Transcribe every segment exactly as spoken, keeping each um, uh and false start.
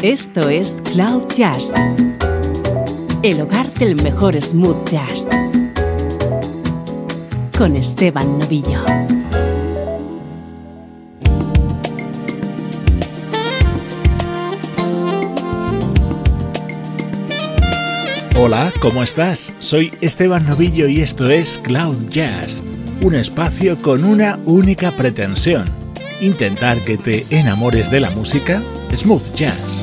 Esto es Cloud Jazz, el hogar del mejor smooth jazz, con Esteban Novillo. Hola, ¿cómo estás? Soy Esteban Novillo y esto es Cloud Jazz, un espacio con una única pretensión: intentar que te enamores de la música smooth jazz.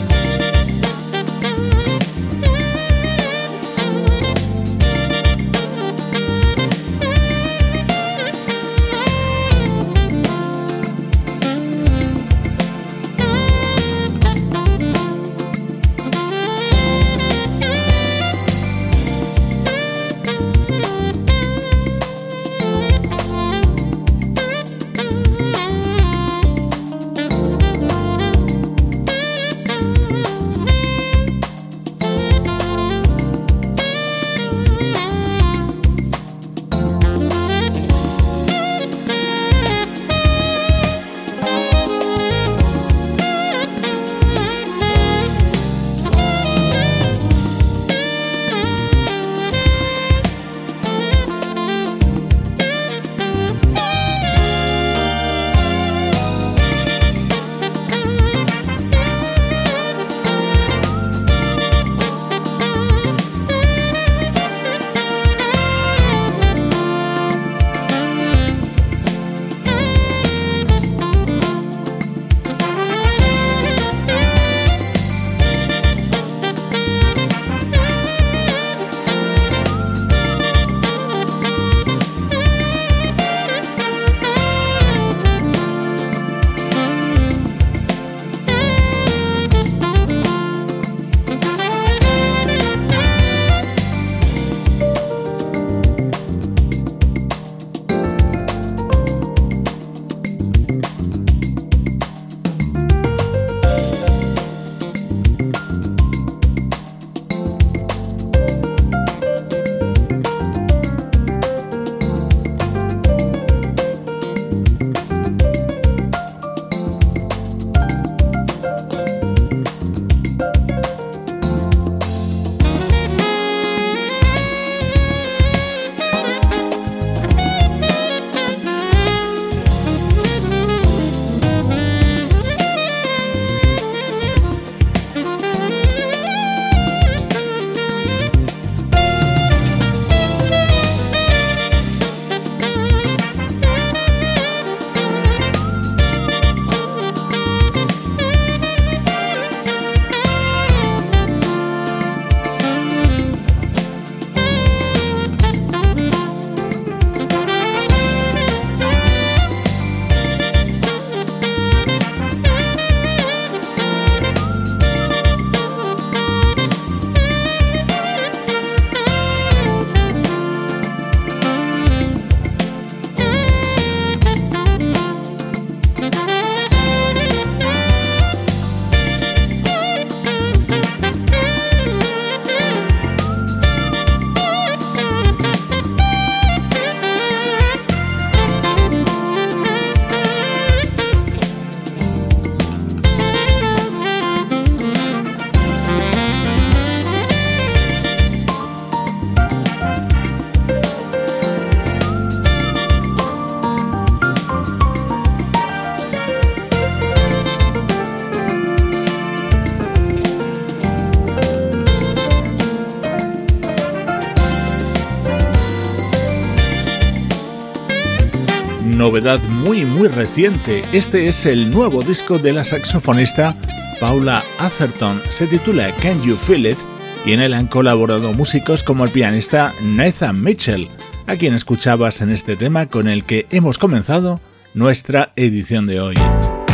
Novedad muy muy reciente, este es el nuevo disco de la saxofonista Paula Atherton, se titula Can You Feel It y en él han colaborado músicos como el pianista Nathan Mitchell, a quien escuchabas en este tema con el que hemos comenzado nuestra edición de hoy.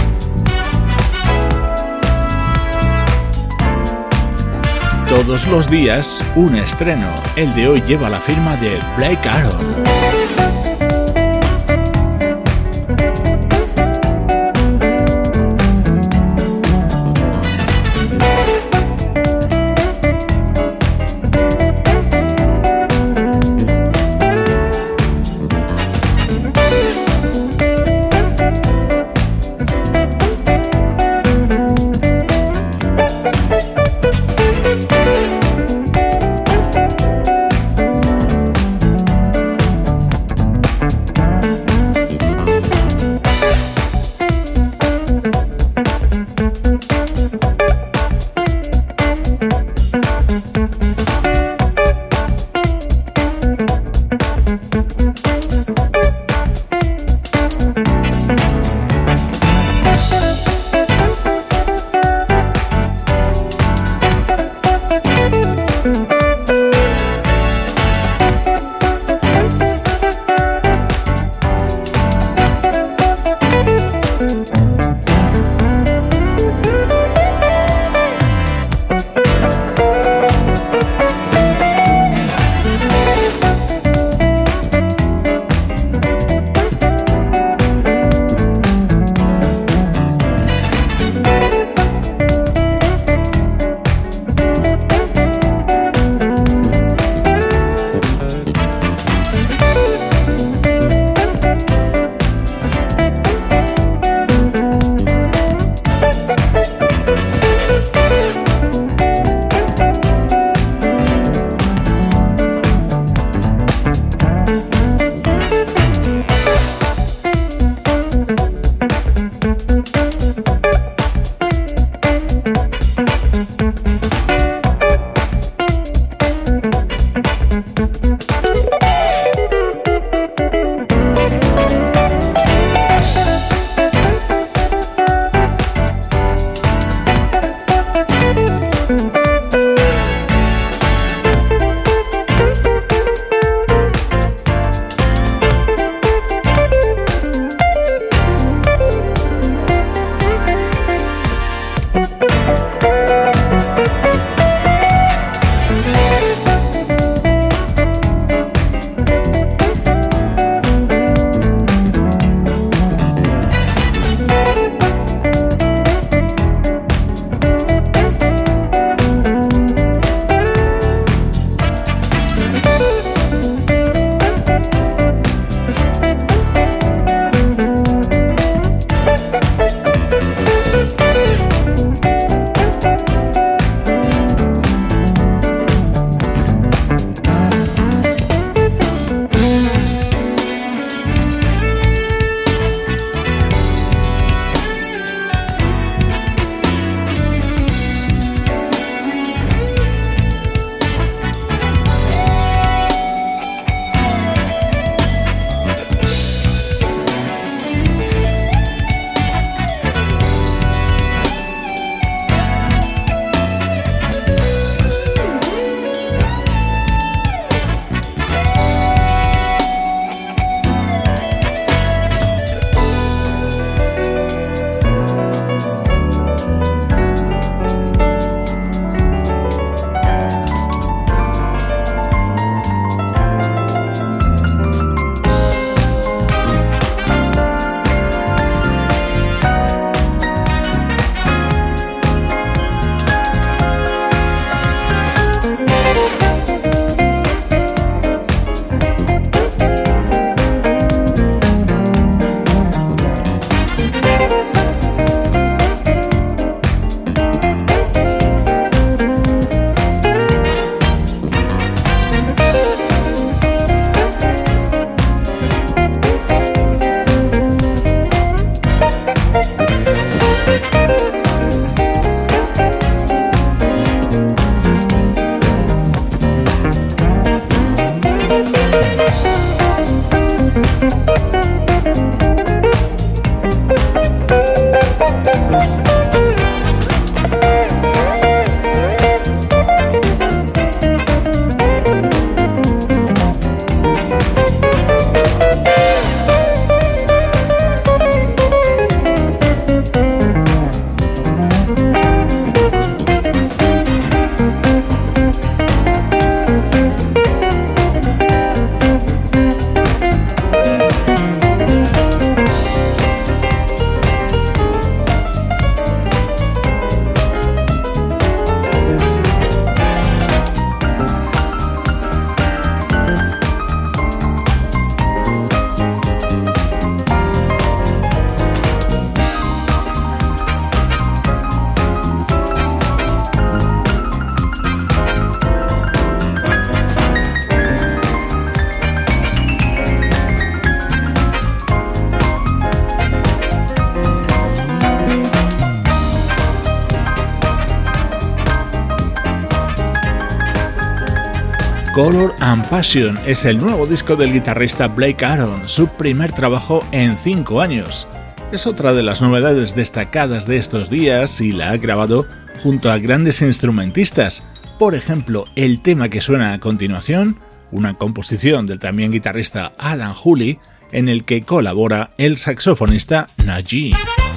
Todos los días un estreno, el de hoy lleva la firma de Blake Aaron. Color and Passion es el nuevo disco del guitarrista Blake Aaron, su primer trabajo en cinco años. Es otra de las novedades destacadas de estos días y la ha grabado junto a grandes instrumentistas. Por ejemplo, el tema que suena a continuación, una composición del también guitarrista Adam Hooley, en el que colabora el saxofonista Naji.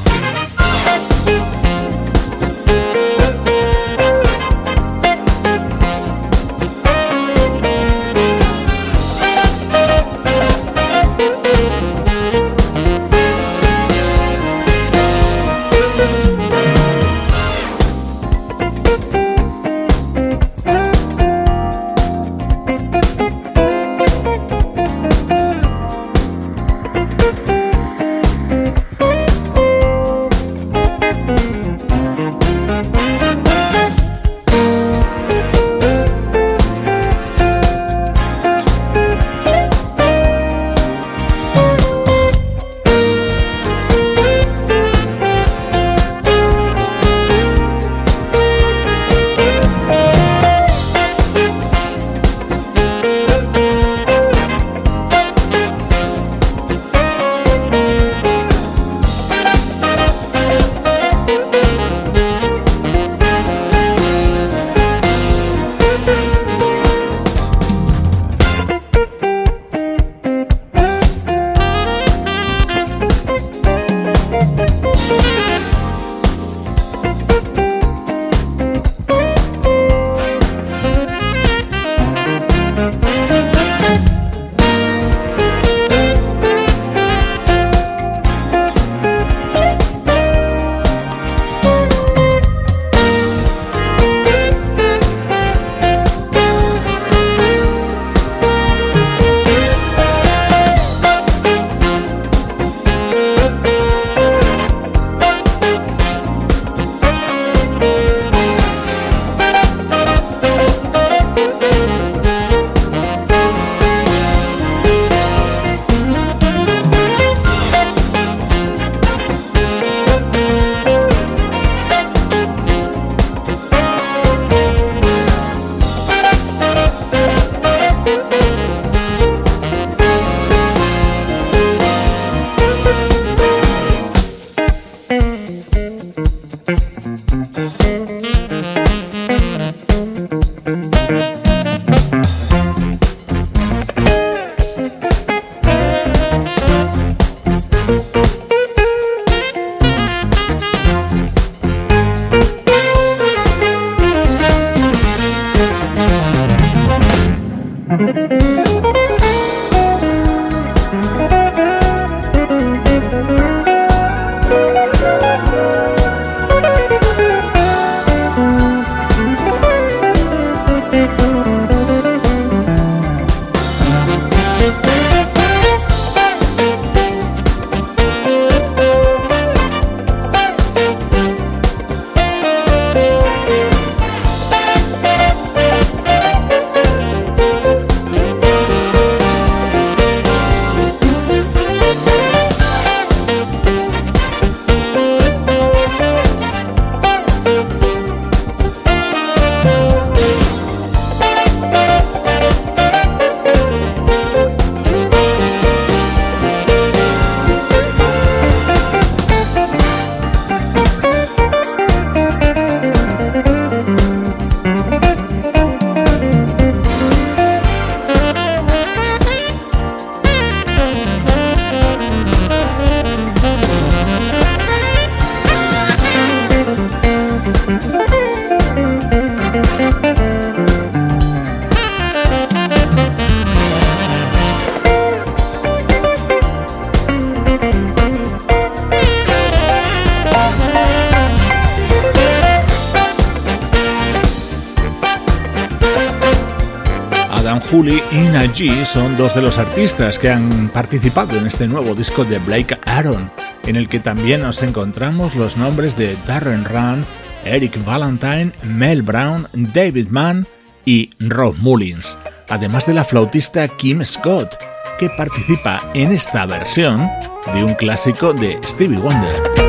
Hooley y Naji son dos de los artistas que han participado en este nuevo disco de Blake Aaron, en el que también nos encontramos los nombres de Darren Run, Eric Valentine, Mel Brown, David Mann y Rob Mullins, además de la flautista Kim Scott, que participa en esta versión de un clásico de Stevie Wonder.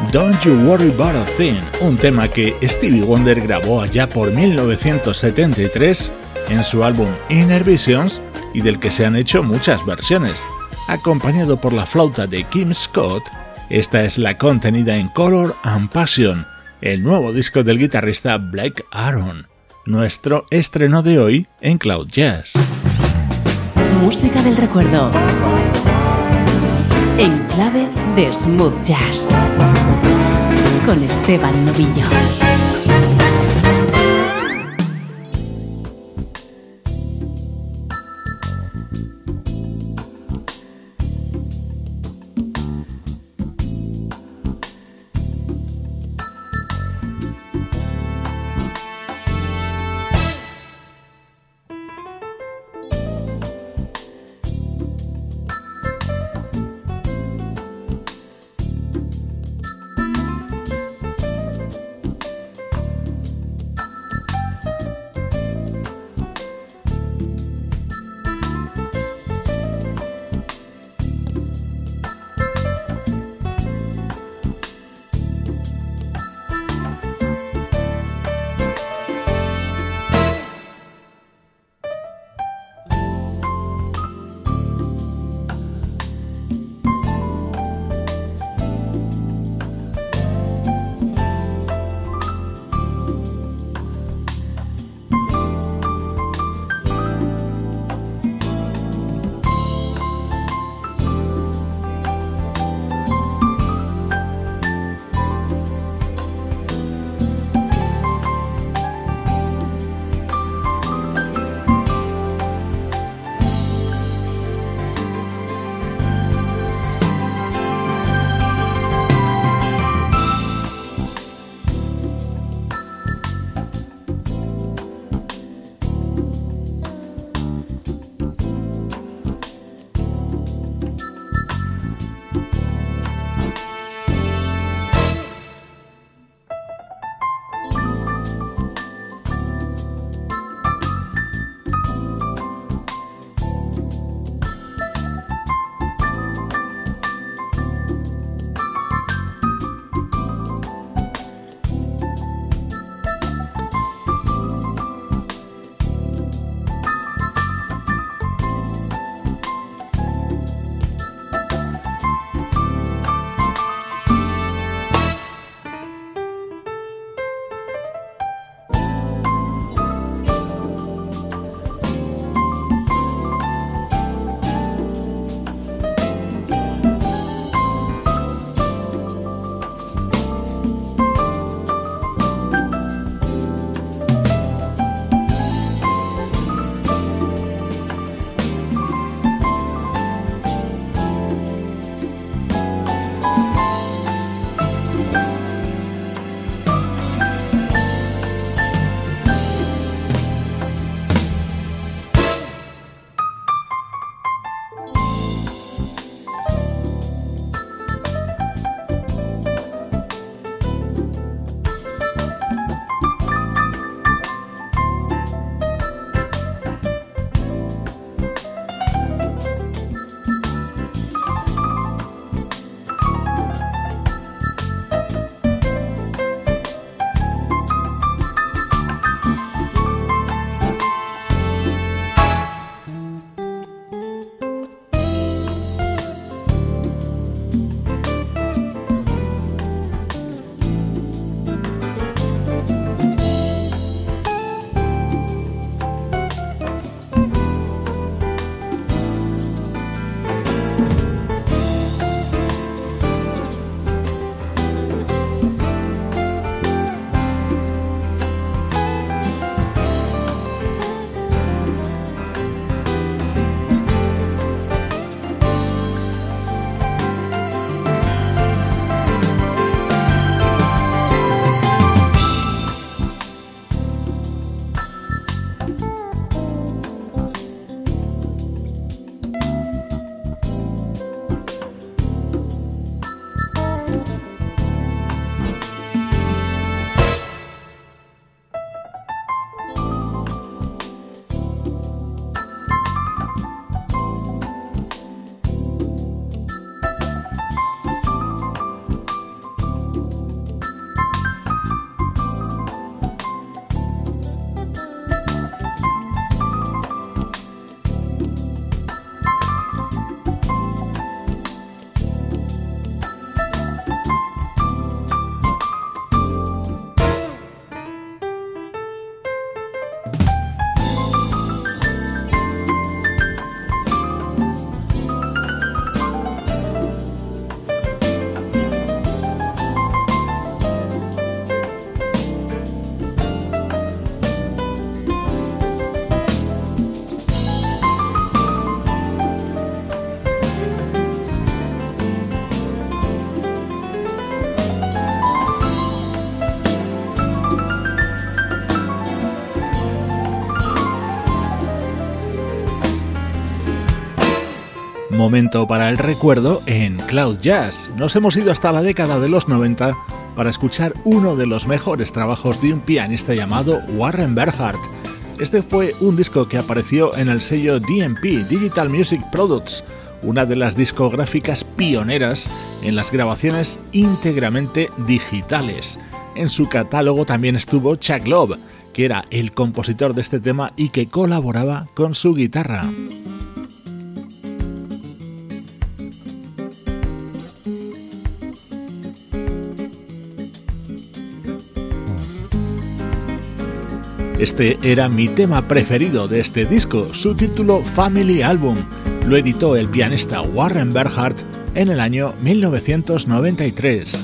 Don't You Worry About a Thing, un tema que Stevie Wonder grabó allá por mil novecientos setenta y tres en su álbum Inner Visions y del que se han hecho muchas versiones. Acompañado por la flauta de Kim Scott, esta es la contenida en Color and Passion, el nuevo disco del guitarrista Blake Aaron, nuestro estreno de hoy en Cloud Jazz. Música del recuerdo en clave de smooth jazz con Esteban Novillo. Momento para el recuerdo en Cloud Jazz. Nos hemos ido hasta la década de los noventa para escuchar uno de los mejores trabajos de un pianista llamado Warren Berhart. Este fue un disco que apareció en el sello D M P, Digital Music Products, una de las discográficas pioneras en las grabaciones íntegramente digitales. En su catálogo también estuvo Chuck Love, que era el compositor de este tema y que colaboraba con su guitarra. Este era mi tema preferido de este disco, su título Family Album. Lo editó el pianista Warren Berhart en el año mil novecientos noventa y tres.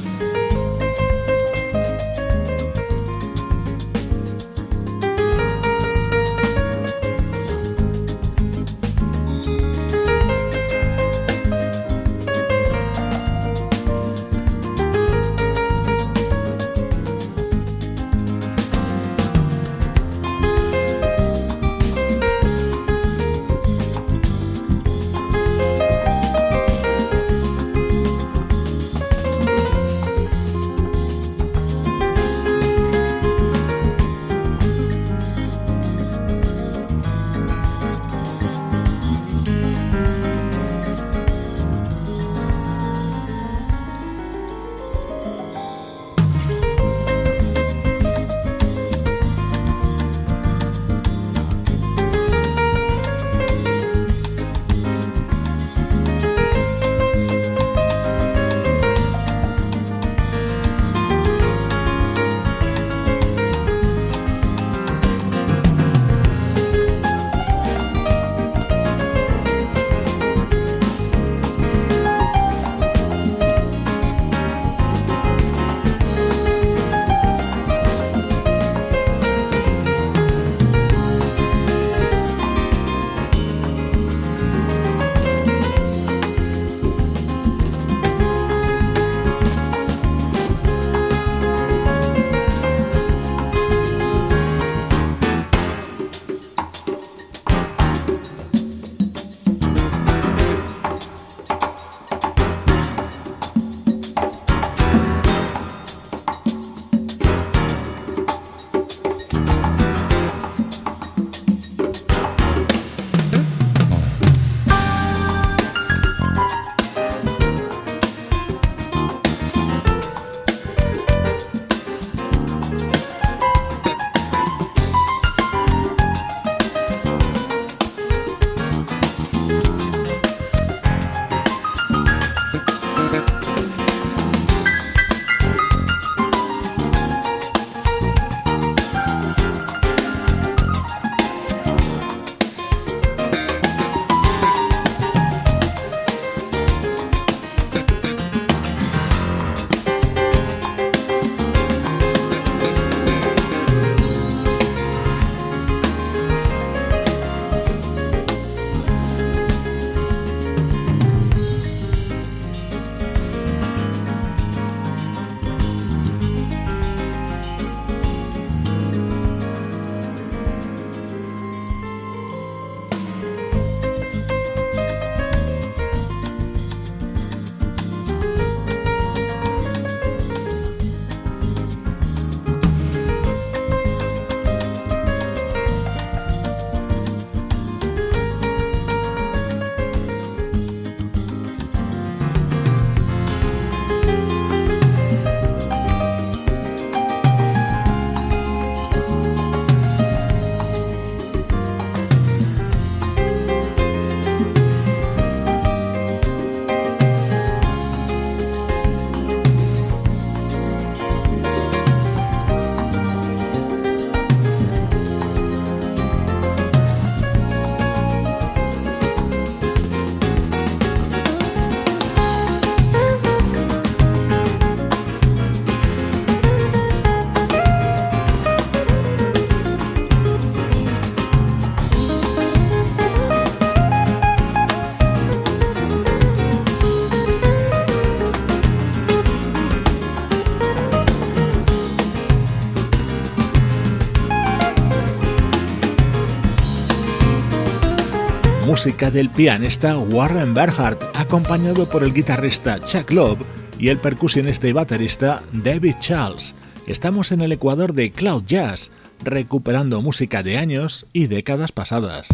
música del pianista Warren Bernhardt, acompañado por el guitarrista Chuck Love y el percusionista y baterista David Charles. Estamos en el Ecuador de Cloud Jazz, recuperando música de años y décadas pasadas.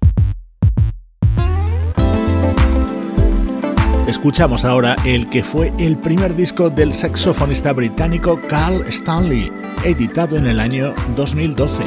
Escuchamos ahora el que fue el primer disco del saxofonista británico Carl Stanley, editado en el año dos mil doce.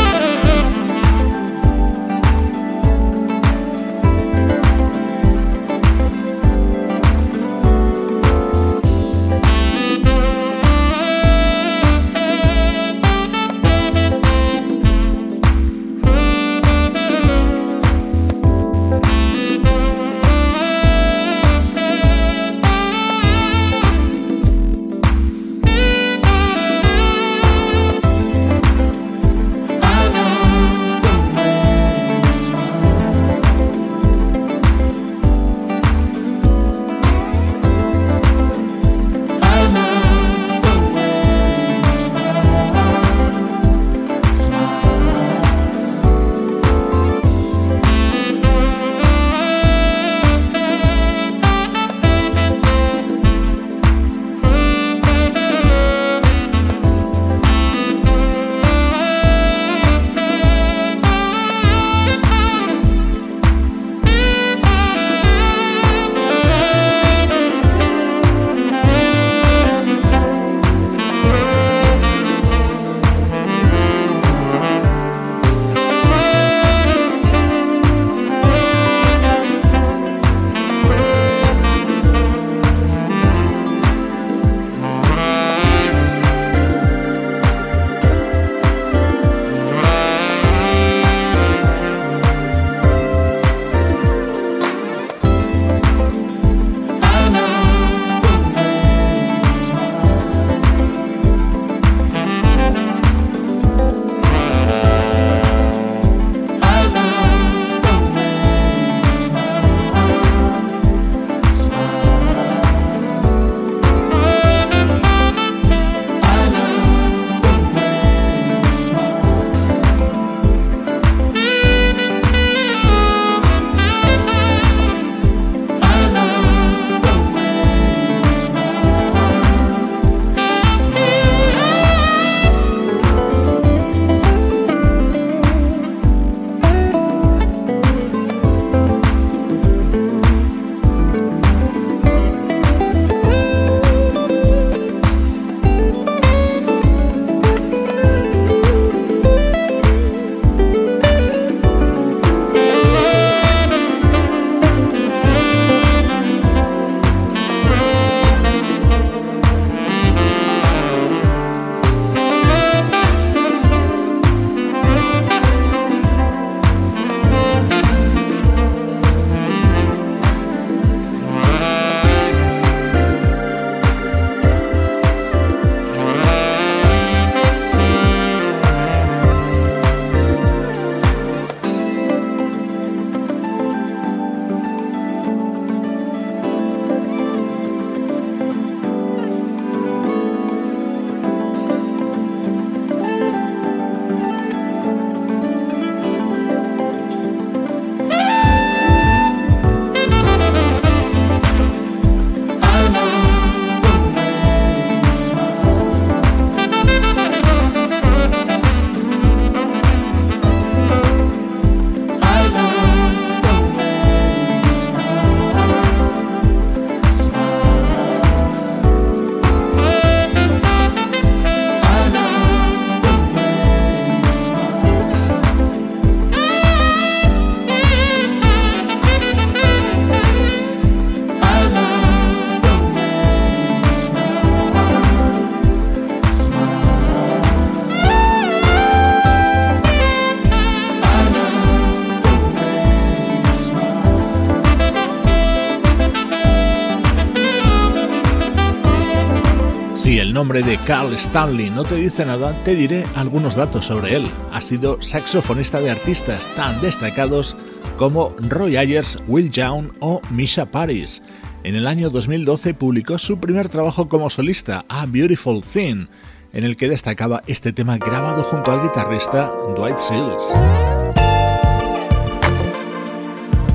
Si el nombre de Carl Stanley no te dice nada, te diré algunos datos sobre él. Ha sido saxofonista de artistas tan destacados como Roy Ayers, Will Young o Misha Paris. En el año dos mil doce publicó su primer trabajo como solista, A Beautiful Thing, en el que destacaba este tema grabado junto al guitarrista Dwight Seals.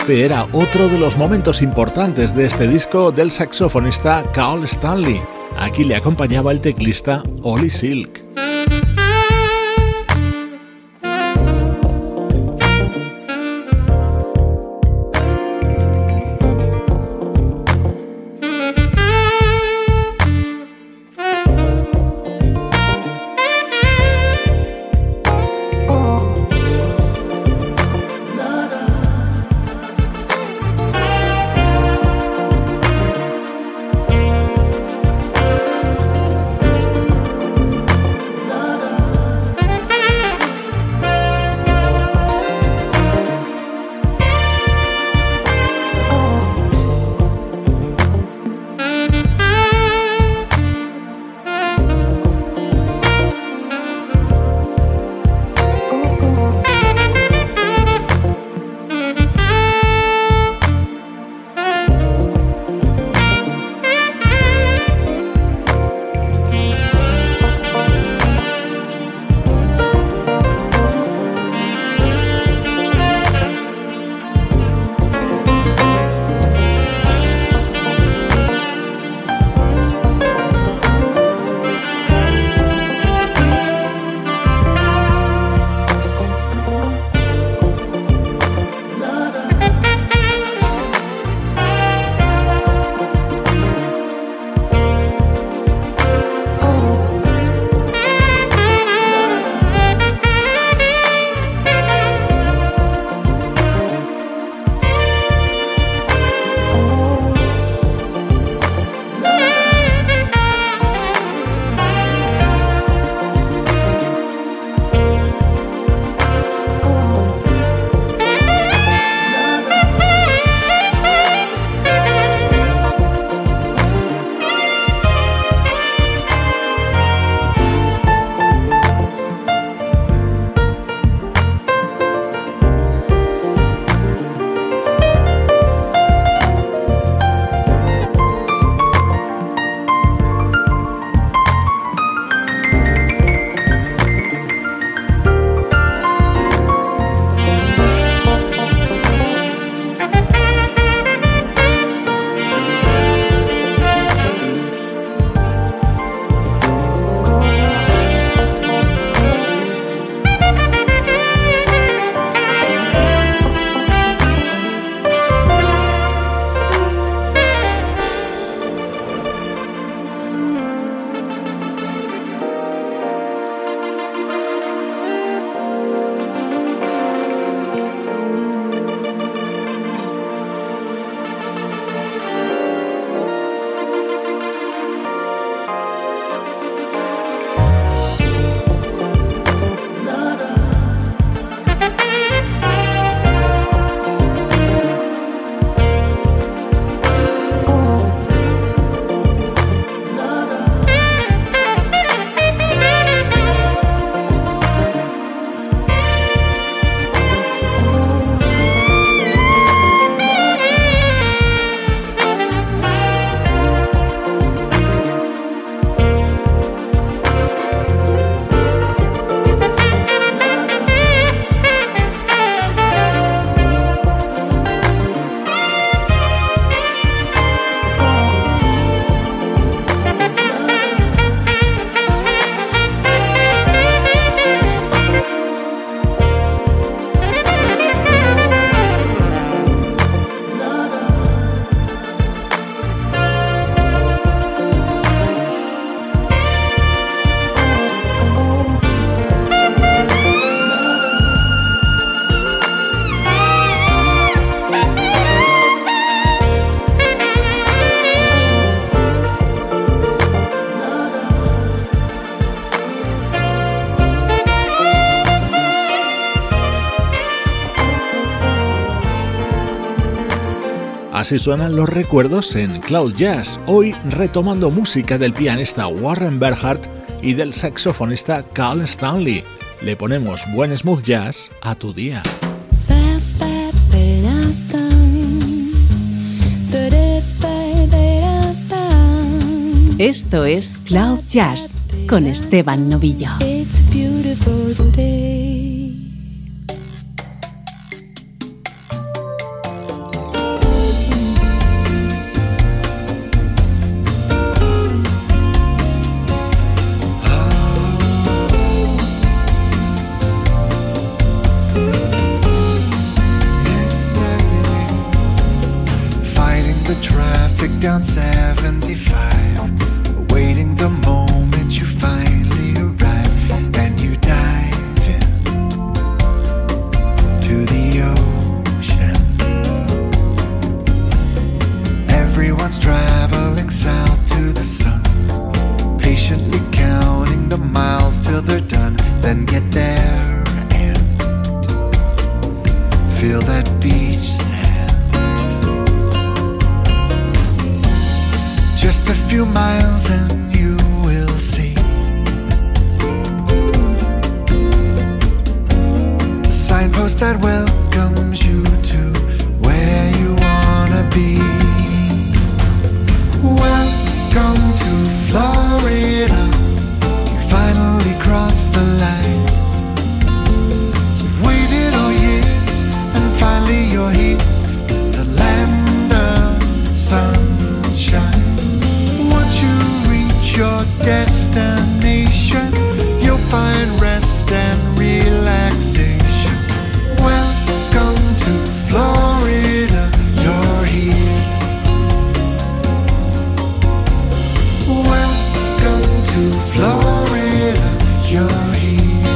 Este era otro de los momentos importantes de este disco del saxofonista Carl Stanley. Aquí le acompañaba el teclista Ollie Silk. Así suenan los recuerdos en Cloud Jazz, hoy retomando música del pianista Warren Berhart y del saxofonista Carl Stanley. Le ponemos buen smooth jazz a tu día. Esto es Cloud Jazz con Esteban Novillo. It's a beautiful day. on seventy-five, awaiting the moment you finally arrive, and you dive in to the ocean. Everyone's traveling south to the sun, patiently counting the miles till they're done, then get there and feel that beach sand. Just a few miles and you will see the signpost that welcomes you to where you wanna be. Welcome to Florida, you finally crossed the line. You've waited all year and finally you're here, the land of sunshine. Once you reach your destination, you'll find rest and relaxation. Welcome to Florida, you're here. Welcome to Florida, you're here.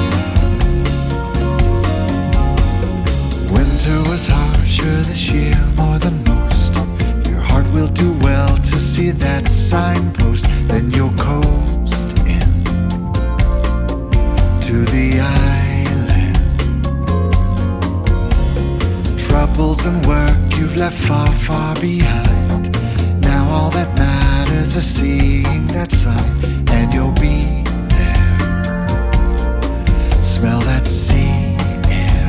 Winter was harsher this year, more than most. Your heart will do well to see that signpost, then you'll coast in to the island. Troubles and work you've left far, far behind. Now all that matters is seeing that sun, and you'll be there. Smell that sea air.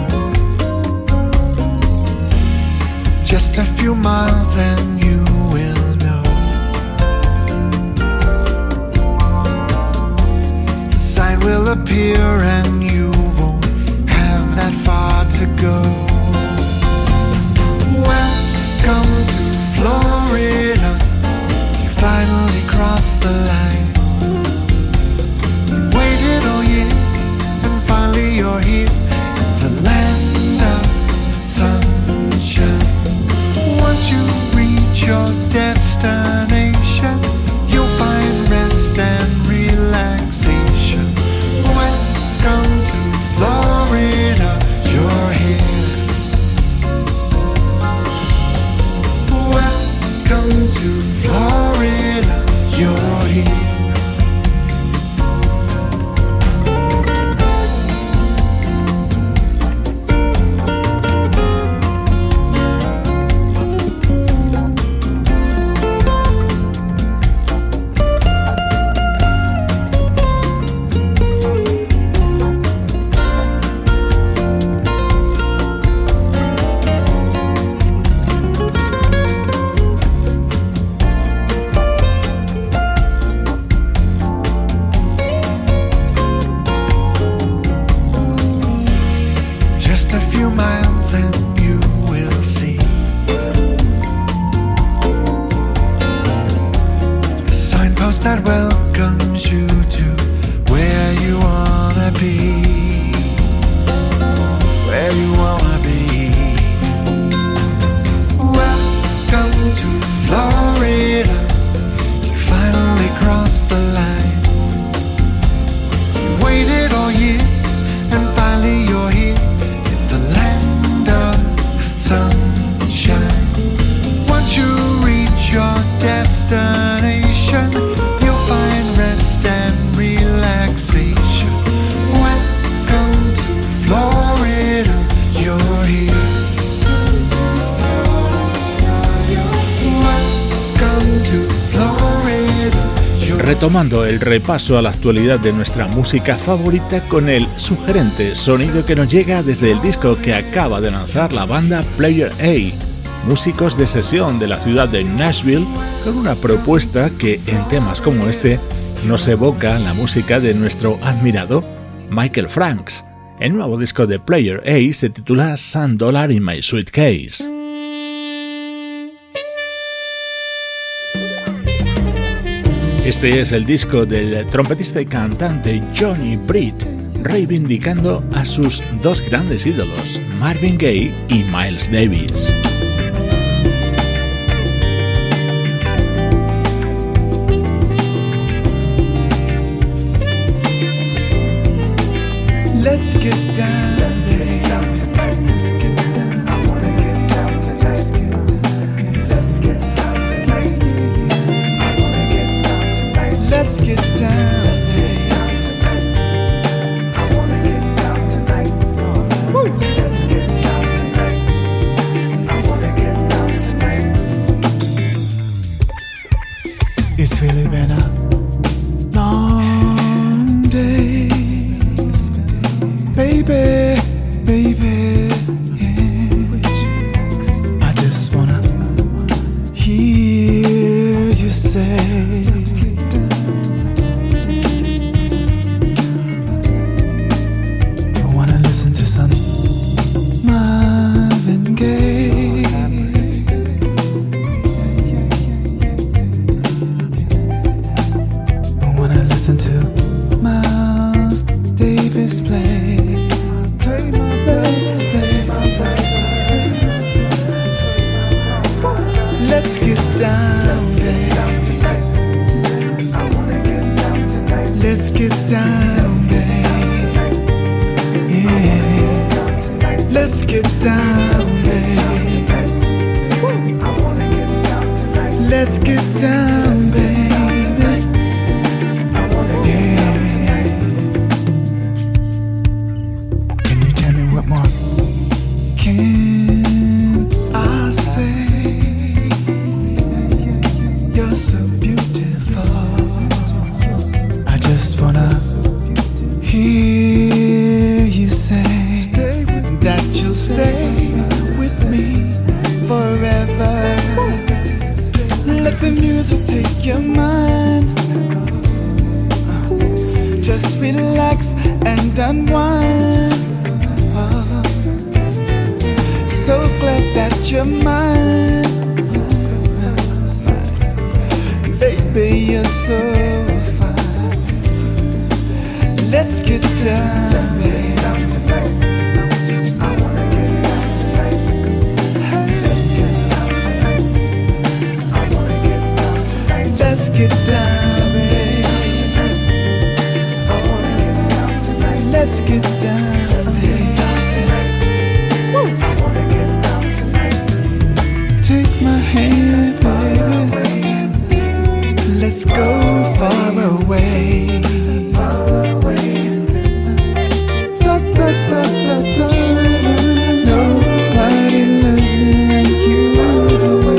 Just a few miles and you will know the sign will appear and you won't have that far to go. Welcome to Florida, you finally crossed the line. You've waited all year and finally you're here, the land of sunshine. Once you reach your destination, you'll find rest and relaxation. Welcome to Florida, you're here. Welcome to Florida, you're here. That welcomes you to where you wanna be, where you wanna be. Welcome to Florida, you finally crossed the line. You've waited all year and finally you're here in the land of sunshine. Once you reach your destination, find rest and relaxation. Welcome to Florida, you're here. Welcome to Florida, you're here. Retomando el repaso a la actualidad de nuestra música favorita con el sugerente sonido que nos llega desde el disco que acaba de lanzar la banda Player A, músicos de sesión de la ciudad de Nashville, con una propuesta que en temas como este nos evoca la música de nuestro admirado Michael Franks. El nuevo disco de Player A se titula Sand Dollar in My Suitcase. Este es el disco del trompetista y cantante Johnny Britt, reivindicando a sus dos grandes ídolos, Marvin Gaye y Miles Davis. get down. Let's get down tonight. Let's get down. I wanna get down tonight. Let's get down tonight. I wanna get down tonight. Let's get down. Let's get down tonight. I wanna get down tonight. Woo. Let's get down tonight. I wanna get down tonight. It's really been a long day, baby, baby, yeah. I just wanna hear you say, I wanna listen to some Marvin Gaye. I wanna listen to Miles Davis play. Play my baby, play my baby. Let's get down, baby. I wanna get down tonight. Let's get down, baby. Yeah. Let's get down, baby. I wanna get down tonight. Let's get down, baby. Can I say you're so beautiful? I just wanna hear you say that you'll stay with me forever. Let the music take your mind. Just relax and unwind. So glad that you're mine. Baby, you're so fine. Let's get down, let's get down tonight. I wanna get down tonight. Let's get down tonight. I wanna get down tonight. Let's get down, baby. I wanna get down tonight. Let's get down. Take my hand, baby. Let's go far away. Far away. Da, da, da, da, da. Nobody loves me like you do.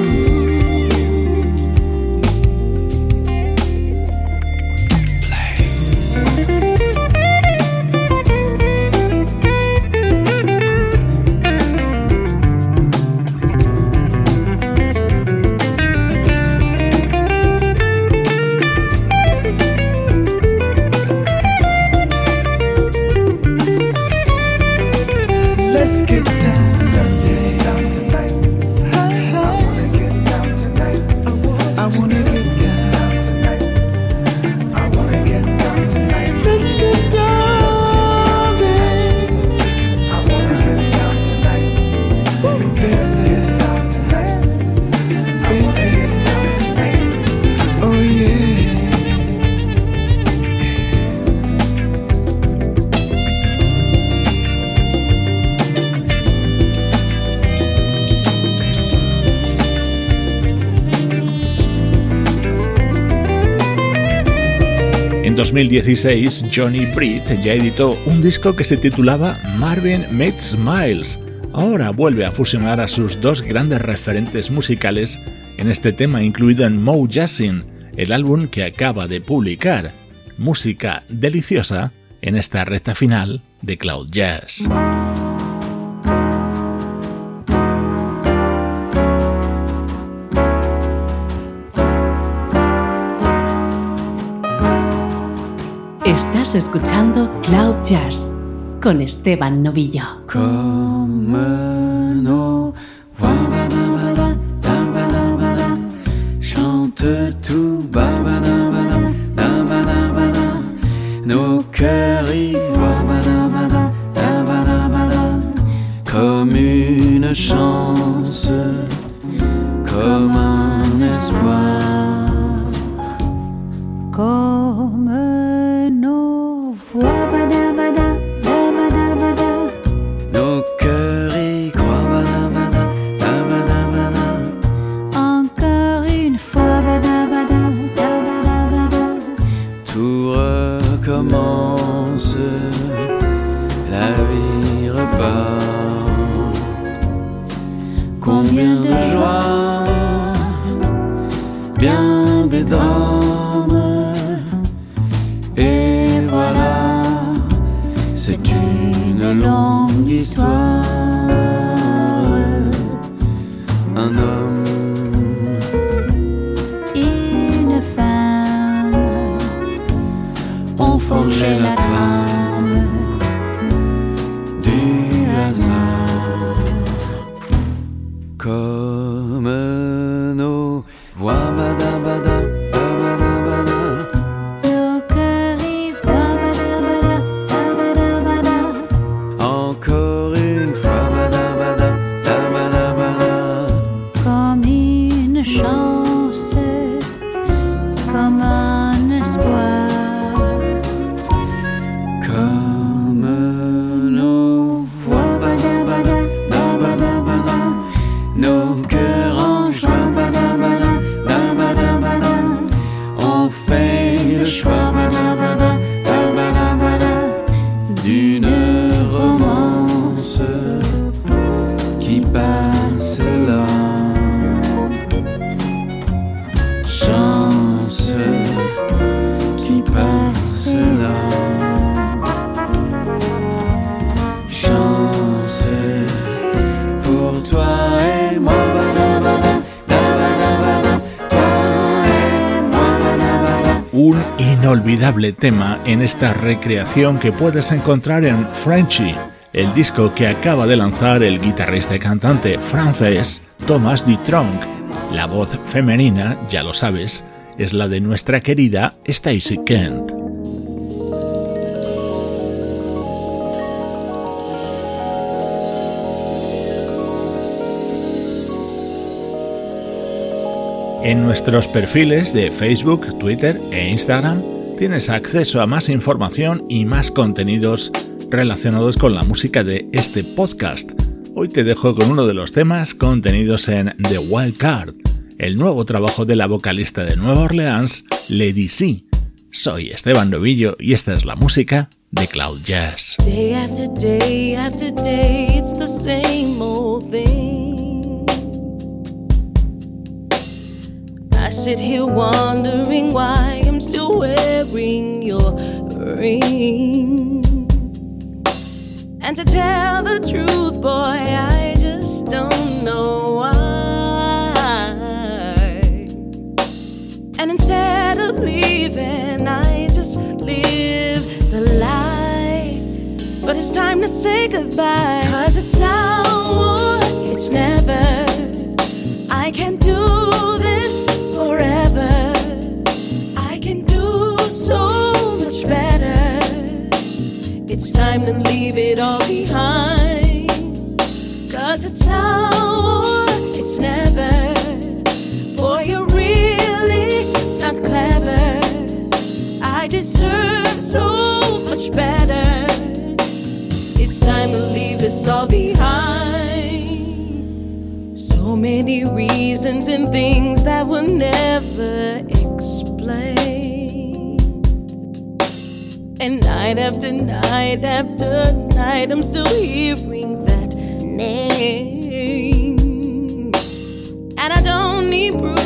En dos mil dieciséis, Johnny Breed ya editó un disco que se titulaba Marvin Meets Miles. Ahora vuelve a fusionar a sus dos grandes referentes musicales en este tema incluido en Mo Jazzin, el álbum que acaba de publicar. Música deliciosa en esta recta final de Cloud Jazz. Estás escuchando Cloud Jazz con Esteban Novillo. Comme nos voix, chante tout, nos cœurs ivoires, comme une chance, comme un espoir, comme nos voix, chance, la vie repart. Combien de joie, bien des drames, et voilà, c'est une longue histoire. Un homme, une femme ont forgé la trame du hasard. Comme nos voix badabada, badabada, nos cœurs y voient badabada, badabada. encore une fois badabada, badabada. Comme une chance, comme un espoir. Comme nos voix badabada, badabada, nos cœurs en joie badabada, badabada. On fait le choix badabada, badabada, d'une romance qui passe là. Chance qui passe là. Chance pour toi et moi, badabada, badabada, toi et moi, badabada. Un inolvidable tema en esta recreación que puedes encontrar en Frenchy, el disco que acaba de lanzar el guitarrista y cantante francés Thomas Dutronc. La voz femenina, ya lo sabes, es la de nuestra querida Stacey Kent. En nuestros perfiles de Facebook, Twitter e Instagram tienes acceso a más información y más contenidos relacionados con la música de este podcast. Hoy te dejo con uno de los temas contenidos en The Wild Card, el nuevo trabajo de la vocalista de Nueva Orleans, Lady C. Soy Esteban Novillo y esta es la música de Cloud Jazz. Day after day after day, it's the same old thing. I sit here wondering why I'm still wearing your ring. And to tell the truth, boy, I just don't know why. And instead of leaving, I just live the lie. But it's time to say goodbye, 'cause it's now or it's never. I can't do this forever. I can do so much better. It's time to leave it all behind, 'cause it's now or it's never. Boy, you're really not clever. I deserve so much better. It's time to leave this all behind. So many reasons and things that were never explained. And night after night after night, I'm still hearing that name. And I don't need proof